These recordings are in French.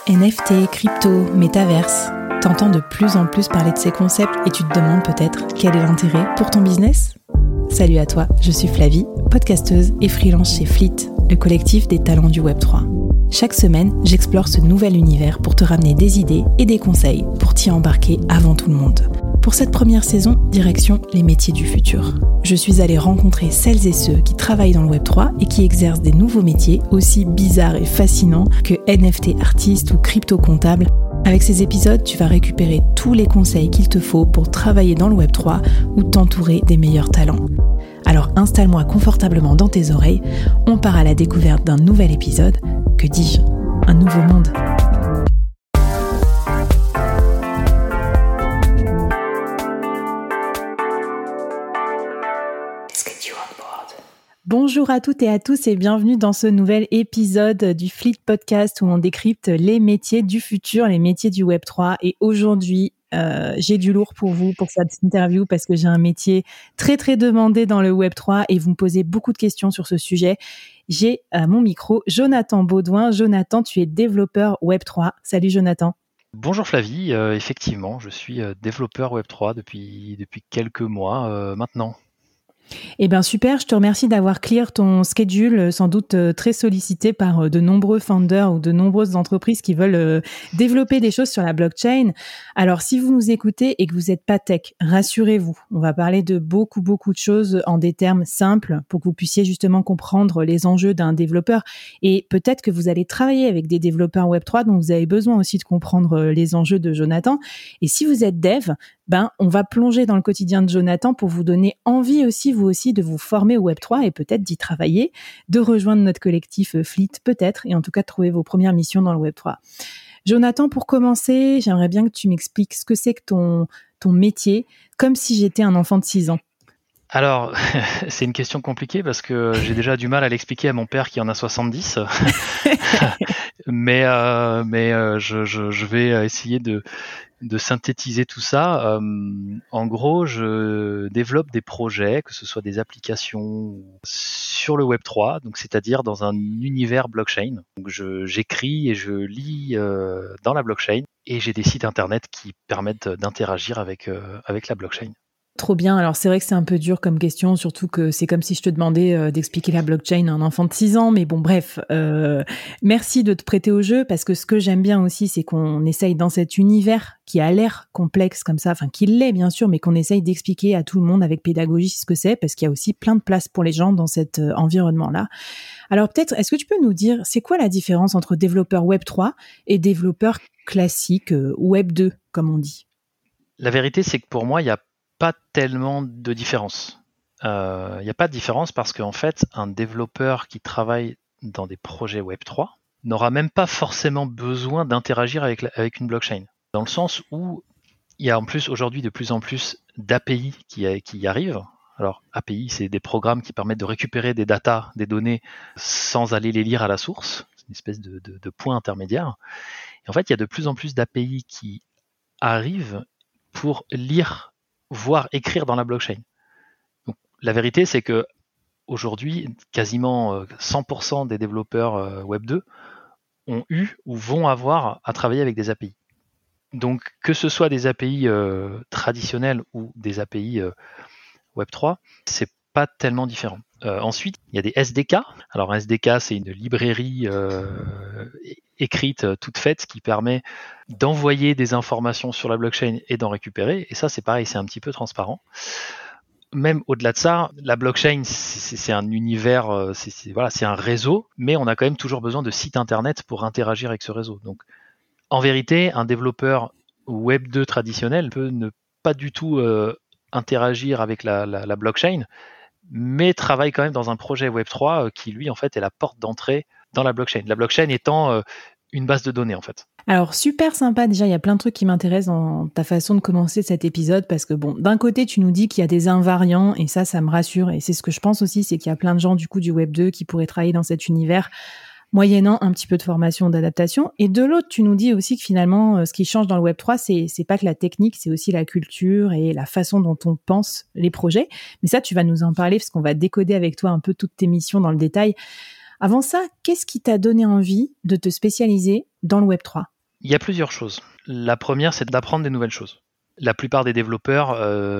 NFT, crypto, métaverse, t'entends de plus en plus parler de ces concepts et tu te demandes peut-être quel est l'intérêt pour ton business ? Salut à toi, je suis Flavie, podcasteuse et freelance chez Fleet, le collectif des talents du Web3. Chaque semaine, j'explore ce nouvel univers pour te ramener des idées et des conseils pour t'y embarquer avant tout le monde. Pour cette première saison, direction les métiers du futur. Je suis allée rencontrer celles et ceux qui travaillent dans le Web3 et qui exercent des nouveaux métiers aussi bizarres et fascinants que NFT artiste ou crypto comptable. Avec ces épisodes, tu vas récupérer tous les conseils qu'il te faut pour travailler dans le Web3 ou t'entourer des meilleurs talents. Alors installe-moi confortablement dans tes oreilles, on part à la découverte d'un nouvel épisode, que dis-je, un nouveau monde. Bonjour à toutes et à tous et bienvenue dans ce nouvel épisode du Fleet Podcast où on décrypte les métiers du futur, les métiers du Web3. Et aujourd'hui, j'ai du lourd pour vous pour cette interview parce que j'ai un métier très très demandé dans le Web3 et vous me posez beaucoup de questions sur ce sujet. J'ai à mon micro Jonathan Baudouin. Jonathan, tu es développeur Web3. Salut Jonathan. Bonjour Flavie, effectivement, je suis développeur Web3 depuis quelques mois maintenant. Eh bien super, je te remercie d'avoir clear ton schedule, sans doute très sollicité par de nombreux founders ou de nombreuses entreprises qui veulent développer des choses sur la blockchain. Alors si vous nous écoutez et que vous n'êtes pas tech, rassurez-vous, on va parler de beaucoup de choses en des termes simples pour que vous puissiez justement comprendre les enjeux d'un développeur. Et peut-être que vous allez travailler avec des développeurs Web3, donc vous avez besoin aussi de comprendre les enjeux de Jonathan. Et si vous êtes dev, on va plonger dans le quotidien de Jonathan pour vous donner envie aussi, vous aussi, de vous former au Web3 et peut-être d'y travailler, de rejoindre notre collectif Fleet peut-être, et en tout cas de trouver vos premières missions dans le Web3. Jonathan, pour commencer, j'aimerais bien que tu m'expliques ce que c'est que ton métier, comme si j'étais un enfant de 6 ans. Alors, c'est une question compliquée parce que j'ai déjà du mal à l'expliquer à mon père qui en a 70. mais je vais essayer de synthétiser tout ça. En gros, je développe des projets, que ce soit des applications sur le Web3, donc c'est-à-dire dans un univers blockchain. Donc j'écris et je lis dans la blockchain et j'ai des sites internet qui permettent d'interagir avec la blockchain. Trop bien. Alors, c'est vrai que c'est un peu dur comme question, surtout que c'est comme si je te demandais d'expliquer la blockchain à un enfant de 6 ans. Mais bon, bref, merci de te prêter au jeu parce que ce que j'aime bien aussi, c'est qu'on essaye dans cet univers qui a l'air complexe comme ça, enfin, qu'il l'est bien sûr, mais qu'on essaye d'expliquer à tout le monde avec pédagogie ce que c'est parce qu'il y a aussi plein de place pour les gens dans cet environnement-là. Alors, peut-être, est-ce que tu peux nous dire, c'est quoi la différence entre développeur Web3 et développeur classique Web2, comme on dit ? La vérité, c'est que pour moi, il n'y a pas tellement de différence. Il n'y a pas de différence parce qu'en fait, un développeur qui travaille dans des projets Web3 n'aura même pas forcément besoin d'interagir avec une blockchain. Dans le sens où il y a en plus aujourd'hui de plus en plus d'API qui arrivent. Alors, API, c'est des programmes qui permettent de récupérer des datas, des données, sans aller les lire à la source. C'est une espèce de point intermédiaire. Et en fait, il y a de plus en plus d'API qui arrivent pour lire, voire écrire dans la blockchain. Donc, la vérité, c'est que aujourd'hui, quasiment 100% des développeurs Web2 ont eu ou vont avoir à travailler avec des API. Donc, que ce soit des API traditionnelles ou des API Web3, c'est pas tellement différent. Ensuite, il y a des SDK. Alors, un SDK, c'est une librairie écrite, toute faite, qui permet d'envoyer des informations sur la blockchain et d'en récupérer. Et ça, c'est pareil, c'est un petit peu transparent. Même au-delà de ça, la blockchain, c'est un univers, c'est un réseau, mais on a quand même toujours besoin de sites internet pour interagir avec ce réseau. Donc, en vérité, un développeur Web2 traditionnel peut ne pas du tout interagir avec la blockchain, mais travaille quand même dans un projet Web3 qui, lui, en fait, est la porte d'entrée dans la blockchain. La blockchain étant une base de données, en fait. Alors, super sympa. Déjà, il y a plein de trucs qui m'intéressent dans ta façon de commencer cet épisode parce que, bon, d'un côté, tu nous dis qu'il y a des invariants et ça me rassure. Et c'est ce que je pense aussi, c'est qu'il y a plein de gens, du coup, du Web 2 qui pourraient travailler dans cet univers moyennant un petit peu de formation, d'adaptation. Et de l'autre, tu nous dis aussi que finalement, ce qui change dans le Web 3, c'est pas que la technique, c'est aussi la culture et la façon dont on pense les projets. Mais ça, tu vas nous en parler parce qu'on va décoder avec toi un peu toutes tes missions dans le détail. Avant ça, qu'est-ce qui t'a donné envie de te spécialiser dans le Web 3 ? Il y a plusieurs choses. La première, c'est d'apprendre des nouvelles choses. La plupart des développeurs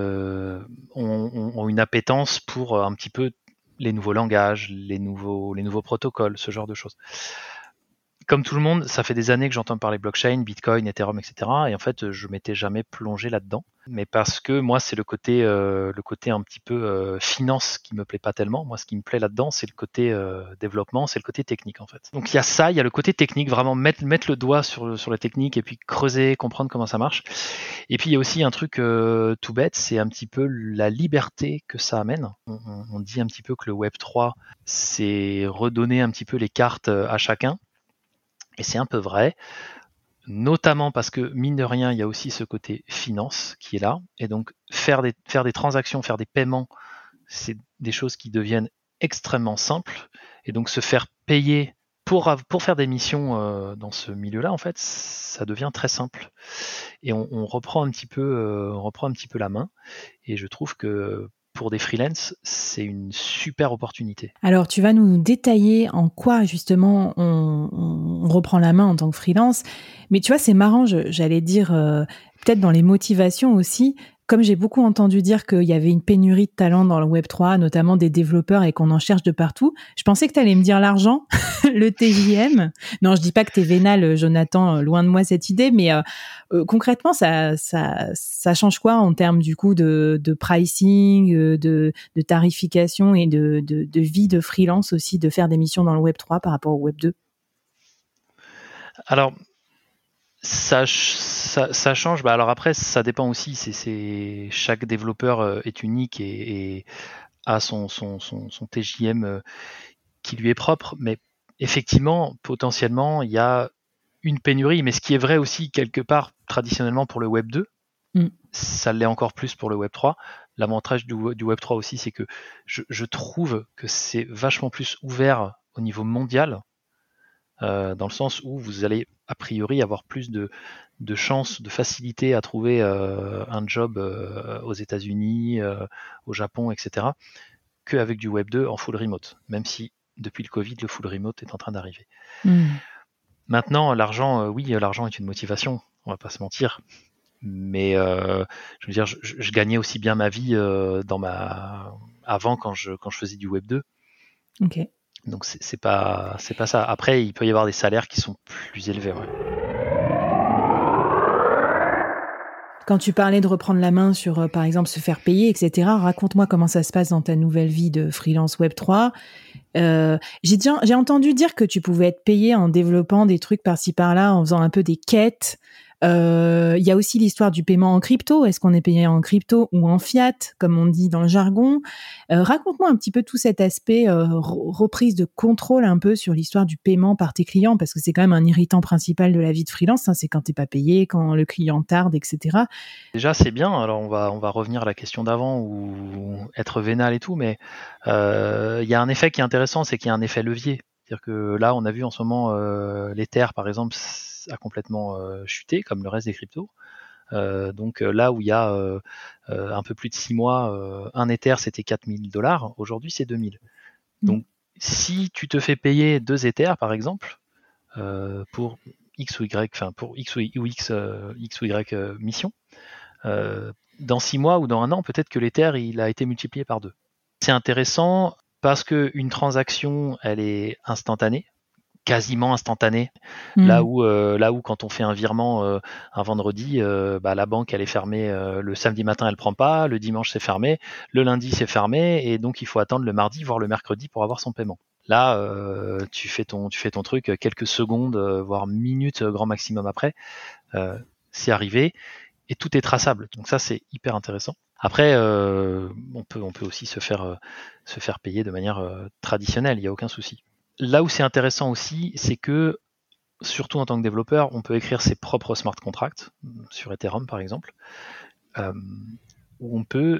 ont une appétence pour un petit peu les nouveaux langages, les nouveaux protocoles, ce genre de choses. Comme tout le monde, ça fait des années que j'entends parler blockchain, Bitcoin, Ethereum, etc. Et en fait, je m'étais jamais plongé là-dedans. Mais parce que moi, c'est le côté un petit peu finance qui me plaît pas tellement. Moi, ce qui me plaît là-dedans, c'est le côté développement, c'est le côté technique en fait. Donc il y a ça, il y a le côté technique, vraiment mettre le doigt sur la technique et puis creuser, comprendre comment ça marche. Et puis il y a aussi un truc tout bête, c'est un petit peu la liberté que ça amène. On dit un petit peu que le Web 3, c'est redonner un petit peu les cartes à chacun. Et c'est un peu vrai, notamment parce que, mine de rien, il y a aussi ce côté finance qui est là. Et donc, faire des transactions, faire des paiements, c'est des choses qui deviennent extrêmement simples. Et donc, se faire payer pour faire des missions dans ce milieu-là, en fait, ça devient très simple. Et on reprend un petit peu la main. Et je trouve que pour des freelances, c'est une super opportunité. Alors, tu vas nous détailler en quoi, justement, on reprend la main en tant que freelance. Mais tu vois, c'est marrant, j'allais dire, peut-être dans les motivations aussi. Comme j'ai beaucoup entendu dire qu'il y avait une pénurie de talents dans le Web3, notamment des développeurs et qu'on en cherche de partout, je pensais que tu allais me dire l'argent, le TJM. Non, je dis pas que t'es vénal, Jonathan, loin de moi cette idée, mais concrètement, ça change quoi en termes du coup de pricing, de tarification et de vie de freelance aussi, de faire des missions dans le Web 3 par rapport au Web 2? Alors, ça change. Bah alors après, ça dépend aussi. Chaque développeur est unique et a son TJM qui lui est propre. Mais effectivement, potentiellement, il y a une pénurie. Mais ce qui est vrai aussi quelque part traditionnellement pour le Web 2, ça l'est encore plus pour le Web 3. L'avantage du Web 3 aussi, c'est que je trouve que c'est vachement plus ouvert au niveau mondial. Dans le sens où vous allez a priori avoir plus de chances, de facilité à trouver un job aux États-Unis, au Japon, etc., qu'avec du Web 2 en full remote, même si depuis le Covid, le full remote est en train d'arriver. Maintenant, l'argent, oui, l'argent est une motivation, on va pas se mentir. Mais je veux dire, je gagnais aussi bien ma vie avant quand je faisais du Web 2. Ok. Donc c'est pas ça. Après, il peut y avoir des salaires qui sont plus élevés. Ouais. Quand tu parlais de reprendre la main sur, par exemple, se faire payer, etc., raconte-moi comment ça se passe dans ta nouvelle vie de freelance Web 3. J'ai entendu dire que tu pouvais être payé en développant des trucs par-ci par-là, en faisant un peu des quêtes. Il y a aussi l'histoire du paiement en crypto. Est-ce qu'on est payé en crypto ou en fiat, comme on dit dans le jargon? Raconte-moi un petit peu tout cet aspect reprise de contrôle un peu sur l'histoire du paiement par tes clients, parce que c'est quand même un irritant principal de la vie de freelance. Hein, c'est quand t'es pas payé, quand le client tarde, etc. Déjà, c'est bien. Alors, on va revenir à la question d'avant ou être vénal et tout, mais il y a un effet qui est intéressant, c'est qu'il y a un effet levier. C'est-à-dire que là, on a vu en ce moment l'Ether, par exemple, a complètement chuté, comme le reste des cryptos. Donc là où il y a un peu plus de 6 mois, un Ether c'était 4 000 $, aujourd'hui c'est 2 000. Donc si tu te fais payer 2 Ethers par exemple, pour X ou Y, enfin pour X ou Y mission, dans 6 mois ou dans un an, peut-être que l'Ether il a été multiplié par 2. C'est intéressant parce qu'une transaction elle est instantanée, quasiment instantané. Là où quand on fait un virement un vendredi, la banque elle est fermée le samedi matin, elle prend pas, le dimanche c'est fermé, le lundi c'est fermé et donc il faut attendre le mardi voire le mercredi pour avoir son paiement. Là, tu fais ton truc quelques secondes voire minutes grand maximum après, c'est arrivé et tout est traçable. Donc ça c'est hyper intéressant. Après, on peut aussi se faire payer de manière traditionnelle, il n'y a aucun souci. Là où c'est intéressant aussi, c'est que, surtout en tant que développeur, on peut écrire ses propres smart contracts, sur Ethereum par exemple, où on peut,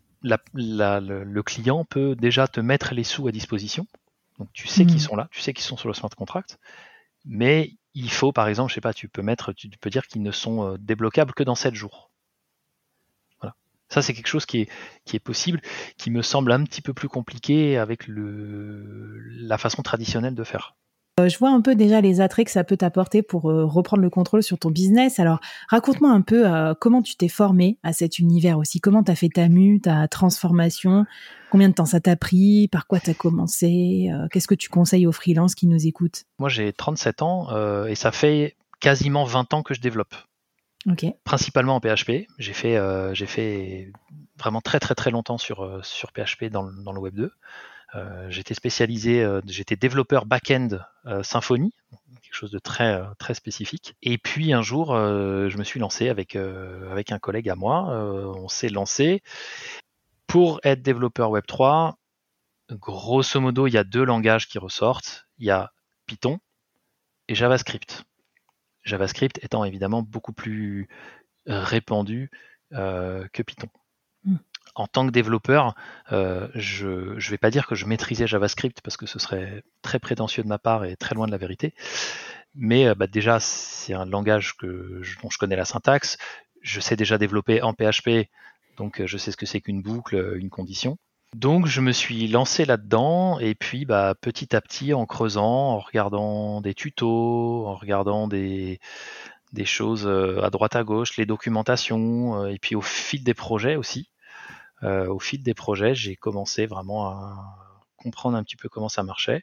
le client peut déjà te mettre les sous à disposition. Donc tu sais qu'ils sont là, tu sais qu'ils sont sur le smart contract, mais il faut par exemple, je sais pas, tu peux dire qu'ils ne sont débloquables que dans 7 jours. Voilà. Ça c'est quelque chose qui est possible, qui me semble un petit peu plus compliqué avec la façon traditionnelle de faire. Je vois un peu déjà les attraits que ça peut t'apporter pour reprendre le contrôle sur ton business. Alors, raconte-moi un peu comment tu t'es formé à cet univers aussi. Comment tu as fait ta mue, ta transformation? Combien de temps ça t'a pris? Par quoi tu as commencé? Qu'est-ce que tu conseilles aux freelances qui nous écoutent? Moi, j'ai 37 ans et ça fait quasiment 20 ans que je développe. Ok. Principalement en PHP. J'ai fait vraiment très très très longtemps sur PHP dans le Web 2. J'étais spécialisé, j'étais développeur back-end Symfony, quelque chose de très très spécifique. Et puis un jour, je me suis lancé avec un collègue à moi. On s'est lancé pour être développeur Web3. Grosso modo, il y a 2 langages qui ressortent. Il y a Python et JavaScript. JavaScript étant évidemment beaucoup plus répandu que Python. En tant que développeur, je ne vais pas dire que je maîtrisais JavaScript parce que ce serait très prétentieux de ma part et très loin de la vérité. Mais déjà, c'est un langage dont je connais la syntaxe. Je sais déjà développer en PHP, donc je sais ce que c'est qu'une boucle, une condition. Donc je me suis lancé là-dedans et puis petit à petit en creusant, en regardant des tutos, en regardant des choses à droite à gauche, les documentations, et puis au fil des projets aussi. Au fil des projets, j'ai commencé vraiment à comprendre un petit peu comment ça marchait.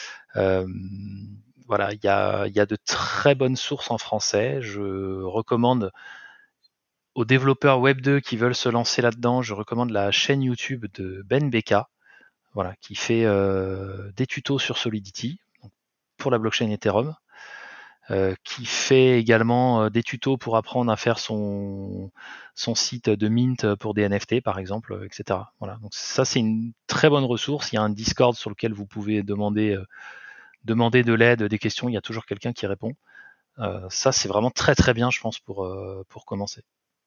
Voilà, il y a de très bonnes sources en français. Je recommande aux développeurs Web 2 qui veulent se lancer là-dedans, je recommande la chaîne YouTube de Ben Beka, voilà, qui fait des tutos sur Solidity pour la blockchain Ethereum. Qui fait également des tutos pour apprendre à faire son site de mint pour des NFT par exemple, etc. Voilà. Donc ça c'est une très bonne ressource. Il y a un Discord sur lequel vous pouvez demander de l'aide, des questions. Il y a toujours quelqu'un qui répond. Ça c'est vraiment très très bien, je pense, pour commencer.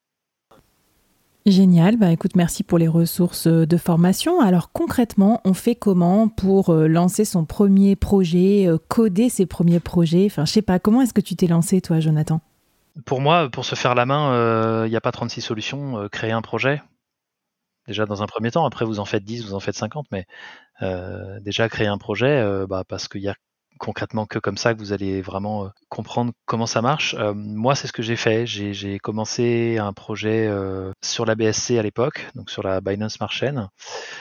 Génial, écoute, merci pour les ressources de formation. Alors concrètement, on fait comment pour lancer son premier projet, coder ses premiers projets? Enfin, je sais pas, comment est-ce que tu t'es lancé toi, Jonathan? Pour moi, pour se faire la main, il n'y a pas 36 solutions. Créer un projet, déjà dans un premier temps, après vous en faites 10, vous en faites 50, mais déjà créer un projet, parce qu'il y a concrètement que comme ça que vous allez vraiment comprendre comment ça marche. Moi, c'est ce que j'ai fait. J'ai commencé un projet sur la BSC à l'époque, donc sur la Binance Smart Chain.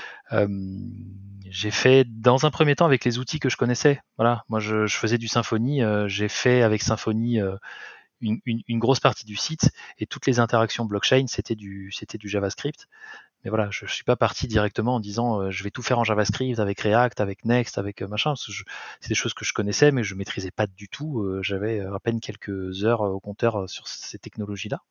J'ai fait dans un premier temps avec les outils que je connaissais. Voilà, moi je faisais du Symfony. J'ai fait avec Symfony une grosse partie du site et toutes les interactions blockchain, c'était du JavaScript. Mais voilà, je suis pas parti directement en disant je vais tout faire en JavaScript avec React, avec Next, avec machin. Parce que c'est des choses que je connaissais, mais je maîtrisais pas du tout. J'avais à peine quelques heures au compteur sur ces technologies-là.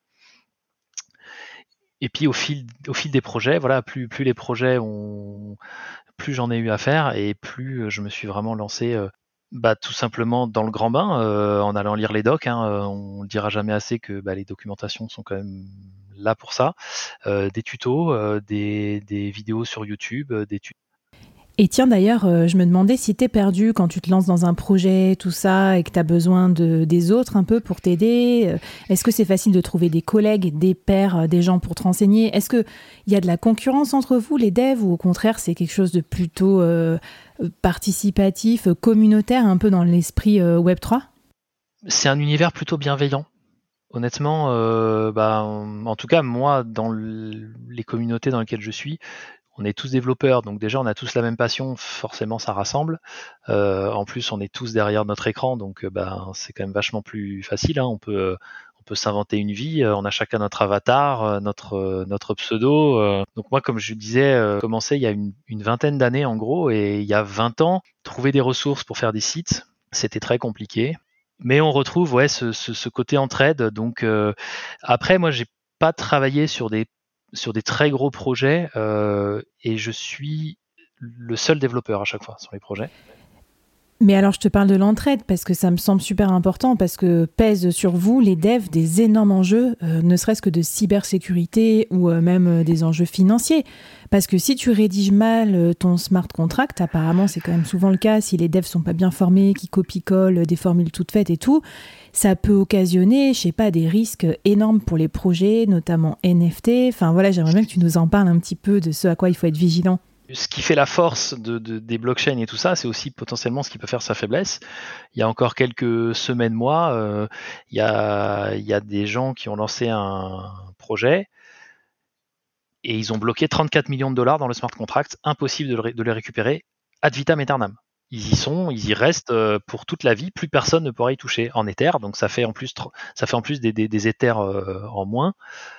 Et puis au fil des projets, voilà, plus les projets plus j'en ai eu à faire et plus je me suis vraiment lancé. Tout simplement dans le grand bain, en allant lire les docs. On ne dira jamais assez que les documentations sont quand même là pour ça. Des tutos, des vidéos sur YouTube, des tutos. Et tiens, d'ailleurs, je me demandais si t'es perdu quand tu te lances dans un projet, tout ça, et que t'as besoin des autres un peu pour t'aider. Est-ce que c'est facile de trouver des collègues, des pairs, des gens pour te renseigner? Est-ce qu'il y a de la concurrence entre vous, les devs, ou au contraire, c'est quelque chose de plutôt participatif, communautaire, un peu dans l'esprit Web3? C'est un univers plutôt bienveillant. Honnêtement, en tout cas, moi, dans les communautés dans lesquelles je suis, on est tous développeurs, donc déjà on a tous la même passion, forcément ça rassemble. En plus, on est tous derrière notre écran, donc c'est quand même vachement plus facile. On peut s'inventer une vie. On a chacun notre avatar, notre pseudo. Donc moi, comme je disais, j'ai commencé il y a une vingtaine d'années en gros, et il y a 20 ans, trouver des ressources pour faire des sites, c'était très compliqué. Mais on retrouve ce côté entraide. Donc après, moi, j'ai pas travaillé sur des très gros projets et je suis le seul développeur à chaque fois sur les projets. Mais alors, je te parle de l'entraide parce que ça me semble super important, parce que pèsent sur vous, les devs, des énormes enjeux, ne serait-ce que de cybersécurité ou même des enjeux financiers. Parce que si tu rédiges mal ton smart contract, apparemment c'est quand même souvent le cas, si les devs sont pas bien formés, qui copient-collent des formules toutes faites et tout, ça peut occasionner, je sais pas, des risques énormes pour les projets, notamment NFT. Enfin voilà, j'aimerais bien que tu nous en parles un petit peu de ce à quoi il faut être vigilant. Ce qui fait la force des blockchains et tout ça, c'est aussi potentiellement ce qui peut faire sa faiblesse. Il y a encore quelques semaines, mois, il y a des gens qui ont lancé un projet et ils ont bloqué 34 millions de dollars dans le smart contract. Impossible de les récupérer ad vitam aeternam. Ils y sont, ils y restent pour toute la vie. Plus personne ne pourra y toucher en Ether. Donc ça fait en plus des Ethers en moins.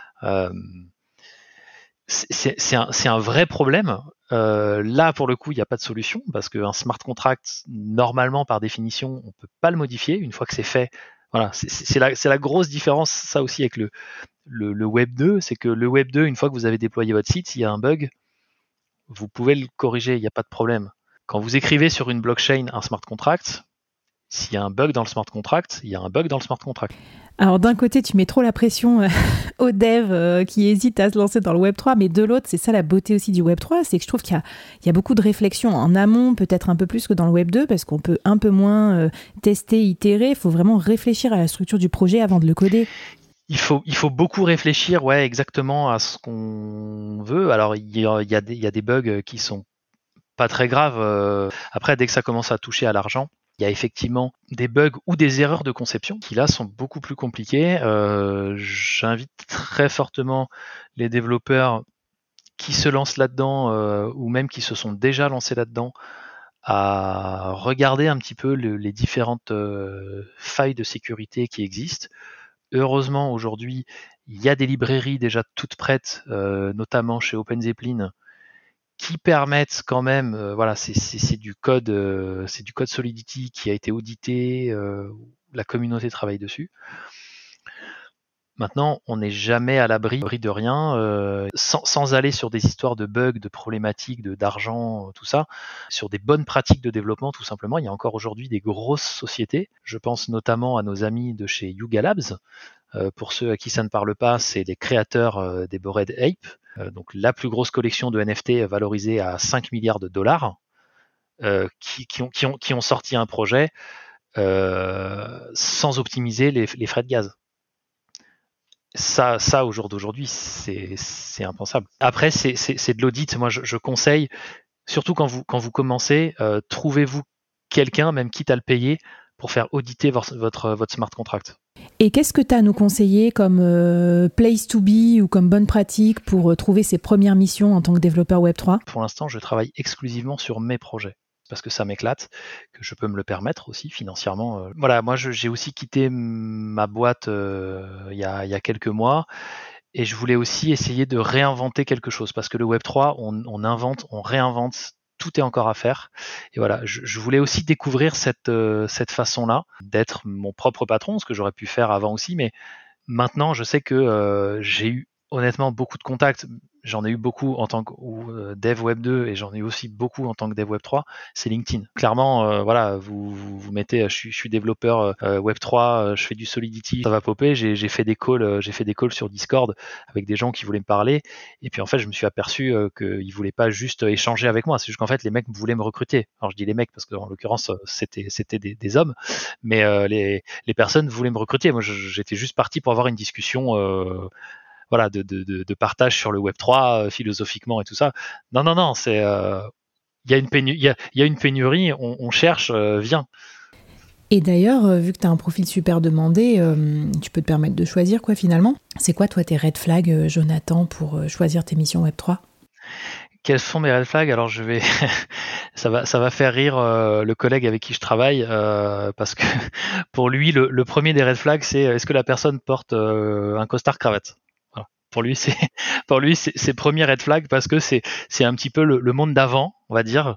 C'est un vrai problème. Là, pour le coup, il n'y a pas de solution parce qu'un smart contract, normalement, par définition, on ne peut pas le modifier une fois que c'est fait. Voilà, c'est la grosse différence, ça aussi, avec le Web 2, c'est que le Web 2, une fois que vous avez déployé votre site, s'il y a un bug, vous pouvez le corriger, il n'y a pas de problème. Quand vous écrivez sur une blockchain un smart contract, s'il y a un bug dans le smart contract, il y a un bug dans le smart contract. Alors d'un côté, tu mets trop la pression aux devs qui hésitent à se lancer dans le Web3, mais de l'autre, c'est ça la beauté aussi du Web3, c'est que je trouve qu'il y a beaucoup de réflexion en amont, peut-être un peu plus que dans le Web2, parce qu'on peut un peu moins tester, itérer, il faut vraiment réfléchir à la structure du projet avant de le coder. Il faut beaucoup réfléchir, ouais, exactement à ce qu'on veut. Alors, il y a des bugs qui sont pas très graves. Après, dès que ça commence à toucher à l'argent, il y a effectivement des bugs ou des erreurs de conception qui là sont beaucoup plus compliquées. J'invite très fortement les développeurs qui se lancent là-dedans ou même qui se sont déjà lancés là-dedans à regarder un petit peu les différentes failles de sécurité qui existent. Heureusement, aujourd'hui, il y a des librairies déjà toutes prêtes, notamment chez OpenZeppelin, qui permettent quand même, voilà, c'est du code Solidity qui a été audité, la communauté travaille dessus. Maintenant, on n'est jamais à l'abri de rien, sans aller sur des histoires de bugs, de problématiques, d'argent, tout ça, sur des bonnes pratiques de développement, tout simplement. Il y a encore aujourd'hui des grosses sociétés. Je pense notamment à nos amis de chez Yuga Labs. Pour ceux à qui ça ne parle pas, c'est les créateurs des Bored Ape, donc la plus grosse collection de NFT valorisée à 5 milliards de dollars, qui ont sorti un projet sans optimiser les frais de gaz. Ça au jour d'aujourd'hui, c'est impensable. Après, c'est de l'audit. Moi, je conseille, surtout quand vous commencez, trouvez-vous quelqu'un, même quitte à le payer, pour faire auditer votre smart contract. Et qu'est-ce que tu as à nous conseiller comme place to be ou comme bonne pratique pour trouver ses premières missions en tant que développeur Web3 ? Pour l'instant, je travaille exclusivement sur mes projets parce que ça m'éclate, que je peux me le permettre aussi financièrement. Voilà, moi j'ai aussi quitté ma boîte il y a quelques mois et je voulais aussi essayer de réinventer quelque chose parce que le Web3, on invente, on réinvente, tout est encore à faire. Et voilà, je voulais aussi découvrir cette façon-là d'être mon propre patron, ce que j'aurais pu faire avant aussi, mais maintenant je sais que j'ai eu honnêtement beaucoup de contacts. J'en ai eu beaucoup en tant que dev web 2 et j'en ai eu aussi beaucoup en tant que dev web 3. C'est LinkedIn. Clairement, voilà, vous mettez, je suis développeur web 3, je fais du Solidity, ça va popper. J'ai fait des calls sur Discord avec des gens qui voulaient me parler. Et puis en fait, je me suis aperçu qu'ils voulaient pas juste échanger avec moi. C'est juste qu'en fait, les mecs voulaient me recruter. Alors je dis les mecs parce qu'en l'occurrence, c'était des hommes, mais les personnes voulaient me recruter. Moi, j'étais juste parti pour avoir une discussion. Voilà, de partage sur le Web 3 philosophiquement et tout ça. Non, c'est il y a une pénurie, on cherche, viens. Et d'ailleurs, vu que tu as un profil super demandé, tu peux te permettre de choisir quoi finalement. C'est quoi toi tes red flags, Jonathan, pour choisir tes missions Web3 ? Quels sont mes red flags ? Alors je vais, ça va faire rire le collègue avec qui je travaille parce que pour lui le premier des red flags c'est est-ce que la personne porte un costard cravate. Pour lui, c'est premier red flag parce que c'est un petit peu le monde d'avant, on va dire,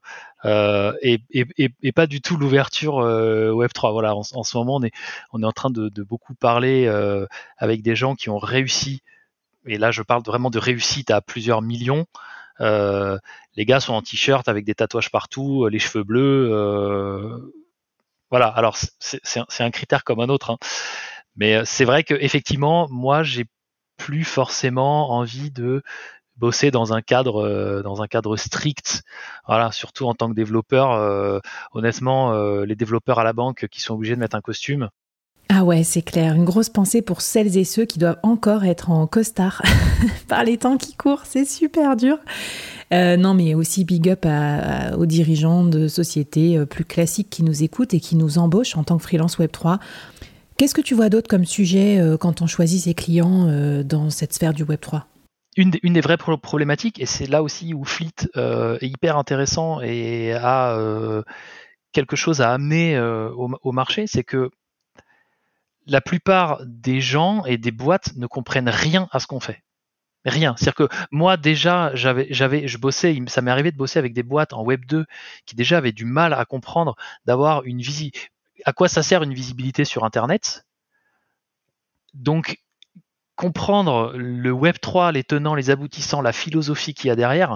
et pas du tout l'ouverture Web 3. Voilà, en ce moment, on est en train de beaucoup parler avec des gens qui ont réussi. Et là, je parle vraiment de réussite à plusieurs millions. Les gars sont en t-shirt avec des tatouages partout, les cheveux bleus. Voilà. Alors c'est un critère comme un autre, hein. Mais c'est vrai que effectivement, moi, j'ai plus forcément envie de bosser dans un cadre strict. Voilà, surtout en tant que développeur. Honnêtement, les développeurs à la banque qui sont obligés de mettre un costume. Ah ouais, c'est clair. Une grosse pensée pour celles et ceux qui doivent encore être en costard par les temps qui courent. C'est super dur. Non, mais aussi big up aux dirigeants de sociétés plus classiques qui nous écoutent et qui nous embauchent en tant que freelance Web3. Qu'est-ce que tu vois d'autre comme sujet quand on choisit ses clients dans cette sphère du Web3 ? Une des vraies problématiques, et c'est là aussi où Fleet est hyper intéressant et a quelque chose à amener au marché, c'est que la plupart des gens et des boîtes ne comprennent rien à ce qu'on fait. Rien. C'est-à-dire que moi déjà, je bossais, ça m'est arrivé de bosser avec des boîtes en Web 2 qui déjà avaient du mal à comprendre, d'avoir à quoi ça sert une visibilité sur Internet. Donc comprendre le Web 3, les tenants, les aboutissants, la philosophie qu'il y a derrière,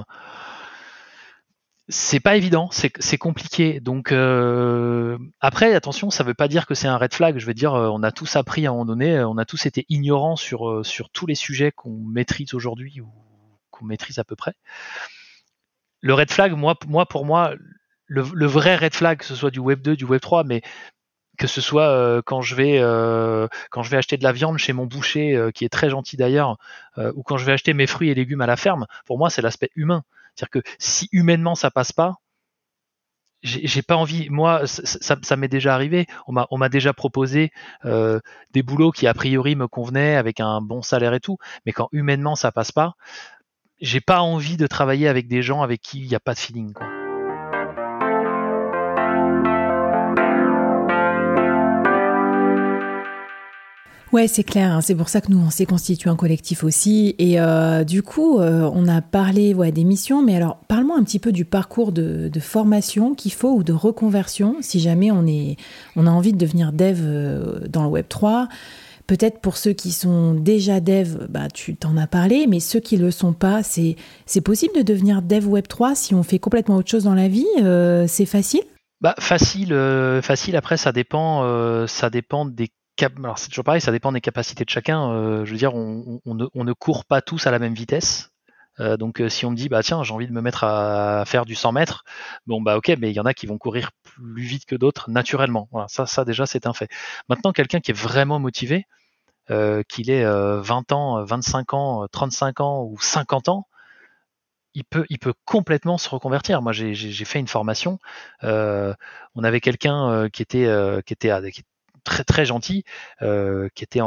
c'est pas évident, c'est compliqué. Donc après, attention, ça veut pas dire que c'est un red flag. Je veux dire, on a tous appris à un moment donné, on a tous été ignorants sur tous les sujets qu'on maîtrise aujourd'hui ou qu'on maîtrise à peu près. Le red flag, pour moi, le vrai red flag, que ce soit du Web 2, du Web 3, mais que ce soit quand je vais acheter de la viande chez mon boucher, qui est très gentil d'ailleurs, ou quand je vais acheter mes fruits et légumes à la ferme, pour moi, c'est l'aspect humain. C'est-à-dire que si humainement ça passe pas, j'ai pas envie. Moi, ça m'est déjà arrivé. On m'a déjà proposé des boulots qui a priori me convenaient avec un bon salaire et tout, mais quand humainement ça passe pas, j'ai pas envie de travailler avec des gens avec qui il n'y a pas de feeling, quoi. Ouais, c'est clair, hein. C'est pour ça que nous, on s'est constitué un collectif aussi. Et du coup, on a parlé des missions, mais alors, parle-moi un petit peu du parcours de formation qu'il faut ou de reconversion, si jamais on a envie de devenir dev dans le Web3. Peut-être pour ceux qui sont déjà dev, tu t'en as parlé, mais ceux qui ne le sont pas, c'est possible de devenir dev Web3 si on fait complètement autre chose dans la vie? C'est facile? Facile. Après, ça dépend des alors c'est toujours pareil, ça dépend des capacités de chacun. Je veux dire, on ne court pas tous à la même vitesse. Donc si on me dit tiens, j'ai envie de me mettre à faire du 100 mètres, bon ok, mais il y en a qui vont courir plus vite que d'autres naturellement. Voilà, ça déjà c'est un fait. Maintenant, quelqu'un qui est vraiment motivé, qu'il ait 20 ans, 25 ans, 35 ans ou 50 ans, il peut complètement se reconvertir. Moi, j'ai fait une formation. On avait quelqu'un qui était très très gentil, qui était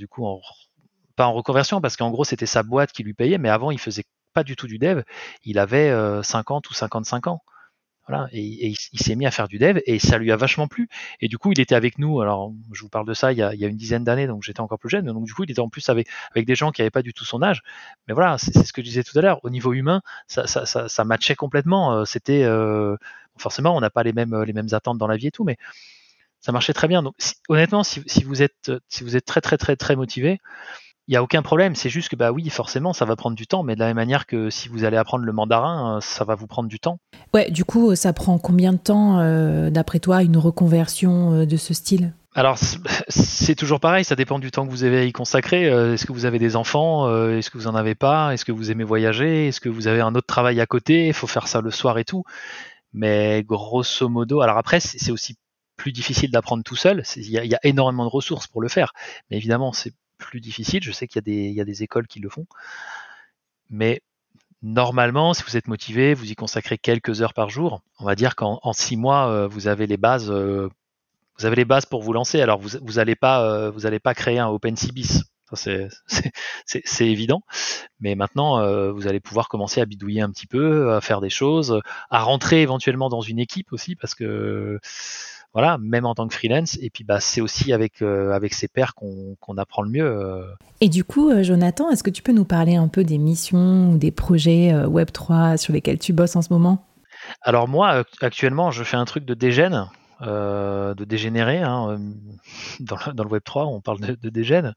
pas en reconversion parce qu'en gros c'était sa boîte qui lui payait, mais avant il faisait pas du tout du dev. Il avait 50 ou 55 ans. Voilà, et il s'est mis à faire du dev et ça lui a vachement plu. Et du coup, il était avec nous. Alors, je vous parle de ça il y a une dizaine d'années, donc j'étais encore plus jeune. Donc, du coup, il était en plus avec des gens qui n'avaient pas du tout son âge. Mais voilà, c'est ce que je disais tout à l'heure. Au niveau humain, ça matchait complètement. C'était forcément, on n'a pas les mêmes attentes dans la vie et tout, mais ça marchait très bien. Donc, honnêtement, si vous êtes très très très très motivé, il n'y a aucun problème. C'est juste que oui, forcément, ça va prendre du temps, mais de la même manière que si vous allez apprendre le mandarin, ça va vous prendre du temps. Ouais, du coup, ça prend combien de temps, d'après toi, une reconversion de ce style? Alors, c'est toujours pareil, ça dépend du temps que vous avez à y consacrer. Est-ce que vous avez des enfants? Est-ce que vous en avez pas? Est-ce que vous aimez voyager? Est-ce que vous avez un autre travail à côté? Il faut faire ça le soir et tout. Mais grosso modo, alors après, c'est aussi plus difficile d'apprendre tout seul. Il y a énormément de ressources pour le faire. Mais évidemment, c'est plus difficile. Je sais qu'il y a des écoles qui le font. Mais normalement, si vous êtes motivé, vous y consacrez quelques heures par jour. On va dire qu'en 6 mois, vous avez les bases. Vous avez les bases pour vous lancer. Alors vous allez pas créer un OpenSea bis. Ça, c'est évident. Mais maintenant, vous allez pouvoir commencer à bidouiller un petit peu, à faire des choses, à rentrer éventuellement dans une équipe aussi, parce que voilà, même en tant que freelance. Et puis c'est aussi avec ses pairs qu'on apprend le mieux. Et du coup, Jonathan, est-ce que tu peux nous parler un peu des missions ou des projets Web3 sur lesquels tu bosses en ce moment? Alors moi, actuellement, je fais un truc de dégène. De dégénérer, hein, dans le Web 3, on parle de dégène.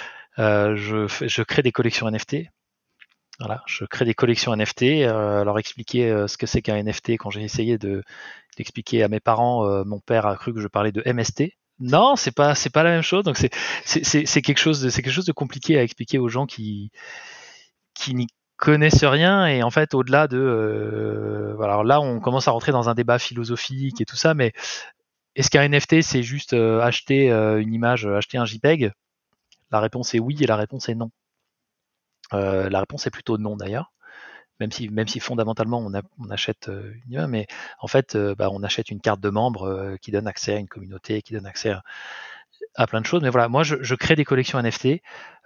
Je crée des collections NFT. Voilà, je crée des collections NFT. Alors expliquer ce que c'est qu'un NFT, quand j'ai essayé d'expliquer à mes parents, mon père a cru que je parlais de MST. Non, c'est pas la même chose. Donc c'est quelque chose de compliqué à expliquer aux gens qui n'y connaissent rien. Et en fait, au-delà de voilà, alors là, on commence à rentrer dans un débat philosophique et tout ça, mais est-ce qu'un NFT c'est juste acheter une image, acheter un JPEG? La réponse est oui et la réponse est non. La réponse est plutôt non d'ailleurs. Même si fondamentalement on achète une image, mais en fait on achète une carte de membre qui donne accès à une communauté, qui donne accès à plein de choses. Mais voilà, moi je crée des collections NFT.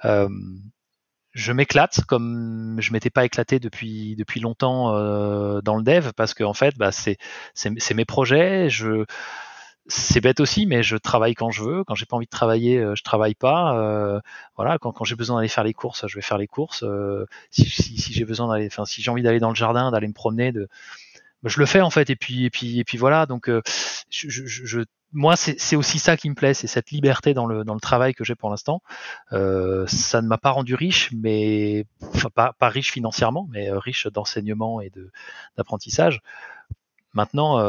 Je m'éclate comme je m'étais pas éclaté depuis longtemps dans le dev, parce que en fait c'est mes projets. C'est bête aussi, mais je travaille quand je veux. Quand j'ai pas envie de travailler, je travaille pas. Voilà, quand j'ai besoin d'aller faire les courses, je vais faire les courses. Si j'ai besoin d'aller, enfin si j'ai envie d'aller dans le jardin, d'aller me promener, je le fais en fait. Et puis voilà. Donc moi c'est aussi ça qui me plaît, c'est cette liberté dans le travail que j'ai pour l'instant. Ça ne m'a pas rendu riche, mais enfin pas riche financièrement, mais riche d'enseignement et d'apprentissage. Maintenant.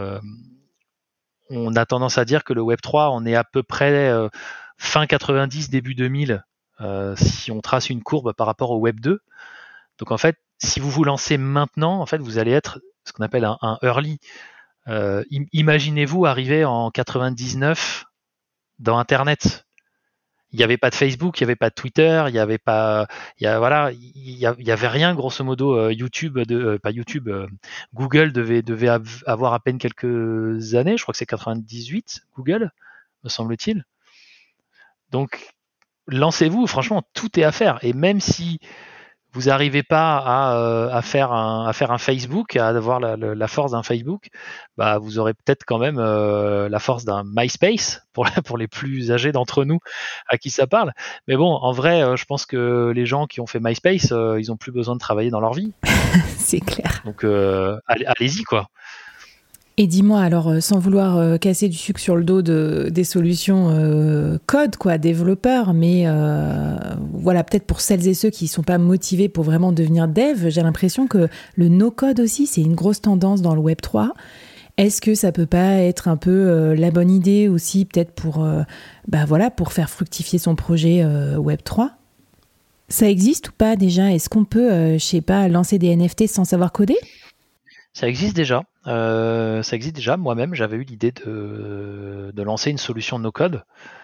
On a tendance à dire que le Web3, on est à peu près fin 90, début 2000, si on trace une courbe par rapport au Web2. Donc en fait, si vous vous lancez maintenant, en fait, vous allez être ce qu'on appelle un early. Imaginez-vous arriver en 99 dans Internet. Il n'y avait pas de Facebook, il n'y avait pas de Twitter, il n'y avait pas, voilà, il y avait rien grosso modo. YouTube, pas YouTube, Google devait avoir à peine quelques années. Je crois que c'est 98, Google, me semble-t-il. Donc lancez-vous. Franchement, tout est à faire. Et même si vous n'arrivez pas à faire un Facebook, à avoir la force d'un Facebook, vous aurez peut-être quand même la force d'un MySpace pour les plus âgés d'entre nous à qui ça parle. Mais bon, en vrai, je pense que les gens qui ont fait MySpace, ils ont plus besoin de travailler dans leur vie. C'est clair. Donc allez-y quoi. Et dis-moi, alors, sans vouloir casser du sucre sur le dos des solutions code, quoi, développeurs, mais voilà, peut-être pour celles et ceux qui ne sont pas motivés pour vraiment devenir dev, j'ai l'impression que le no-code aussi, c'est une grosse tendance dans le Web3. Est-ce que ça peut pas être un peu la bonne idée aussi, peut-être pour faire fructifier son projet Web3 ? Ça existe ou pas déjà ? Est-ce qu'on peut, je sais pas, lancer des NFT sans savoir coder ? Ça existe déjà. Moi-même, j'avais eu l'idée de lancer une solution no-code.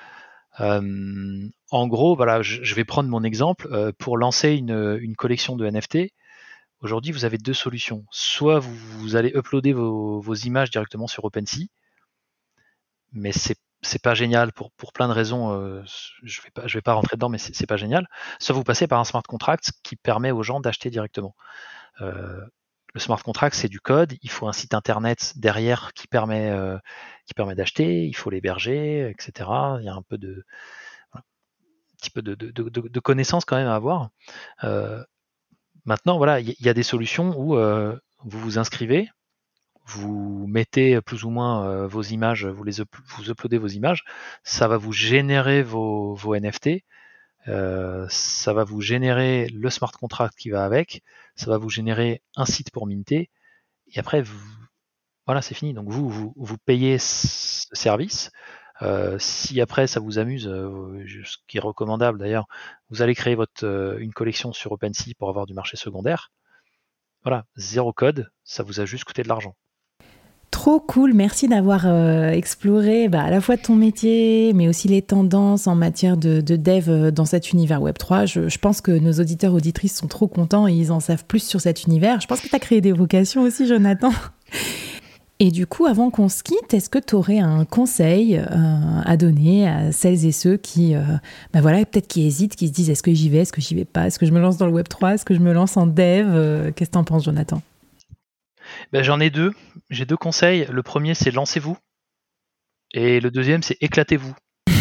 En gros, voilà, je vais prendre mon exemple. Pour lancer une collection de NFT, aujourd'hui, vous avez deux solutions. Soit vous allez uploader vos images directement sur OpenSea, mais c'est pas génial pour plein de raisons. Je vais pas rentrer dedans, mais c'est pas génial. Soit vous passez par un smart contract qui permet aux gens d'acheter directement. Le smart contract, c'est du code. Il faut un site internet derrière qui permet d'acheter. Il faut l'héberger, etc. Il y a un petit peu de connaissances quand même à avoir. Maintenant, voilà, il y a des solutions où vous vous inscrivez, vous mettez plus ou moins vos images, vous uploadez vos images, ça va vous générer vos NFT, ça va vous générer le smart contract qui va avec, ça va vous générer un site pour minter, et après, voilà, c'est fini. Donc vous payez ce service. Si après ça vous amuse, ce qui est recommandable d'ailleurs, vous allez créer une collection sur OpenSea pour avoir du marché secondaire. Voilà, zéro code, ça vous a juste coûté de l'argent. Trop cool, merci d'avoir exploré à la fois ton métier, mais aussi les tendances en matière de dev dans cet univers Web3. Je pense que nos auditeurs, auditrices sont trop contents et ils en savent plus sur cet univers. Je pense que tu as créé des vocations aussi, Jonathan. Et du coup, avant qu'on se quitte, est-ce que tu aurais un conseil à donner à celles et ceux qui, peut-être qui hésitent, qui se disent est-ce que j'y vais, est-ce que j'y vais pas, est-ce que je me lance dans le Web3, est-ce que je me lance en dev Qu'est-ce que tu en penses, Jonathan ? J'en ai deux. J'ai deux conseils. Le premier, c'est lancez-vous. Et le deuxième, c'est éclatez-vous.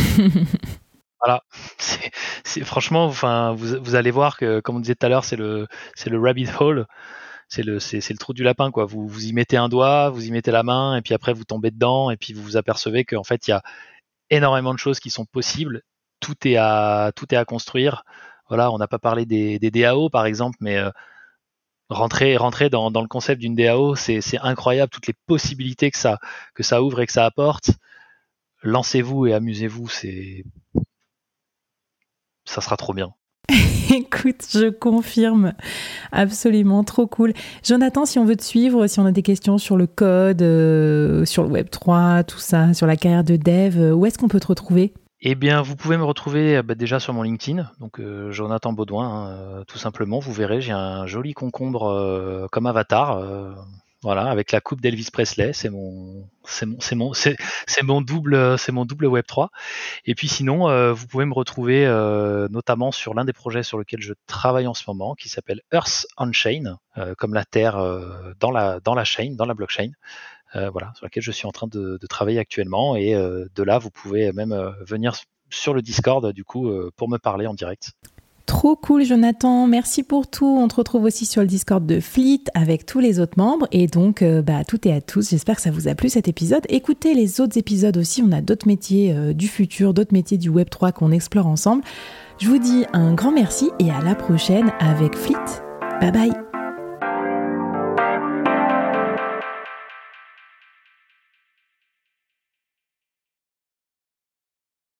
Voilà. Franchement, vous allez voir que, comme on disait tout à l'heure, c'est le rabbit hole. C'est le trou du lapin, quoi. Vous y mettez un doigt, vous y mettez la main, et puis après vous tombez dedans, et puis vous vous apercevez qu'en fait il y a énormément de choses qui sont possibles. Tout est à construire. Voilà, on n'a pas parlé des DAO par exemple, mais rentrer dans le concept d'une DAO, c'est incroyable toutes les possibilités que ça ouvre et que ça apporte. Lancez-vous et amusez-vous, ça sera trop bien. Écoute, je confirme. Absolument, trop cool. Jonathan, si on veut te suivre, si on a des questions sur le code, sur le Web3, tout ça, sur la carrière de dev, où est-ce qu'on peut te retrouver ? Eh bien, vous pouvez me retrouver déjà sur mon LinkedIn, donc Jonathan Baudouin, tout simplement. Vous verrez, j'ai un joli concombre comme avatar, voilà, avec la coupe d'Elvis Presley. C'est mon double Web3. Et puis sinon, vous pouvez me retrouver notamment sur l'un des projets sur lequel je travaille en ce moment, qui s'appelle Earth on Chain, comme la Terre dans la chaîne, dans la blockchain. Voilà, sur laquelle je suis en train de travailler actuellement. Et de là, vous pouvez même venir sur le Discord, du coup, pour me parler en direct. Trop cool, Jonathan. Merci pour tout. On te retrouve aussi sur le Discord de Fleet avec tous les autres membres. Et donc, à toutes et à tous, j'espère que ça vous a plu cet épisode. Écoutez les autres épisodes aussi. On a d'autres métiers du futur, d'autres métiers du Web3 qu'on explore ensemble. Je vous dis un grand merci et à la prochaine avec Fleet. Bye bye.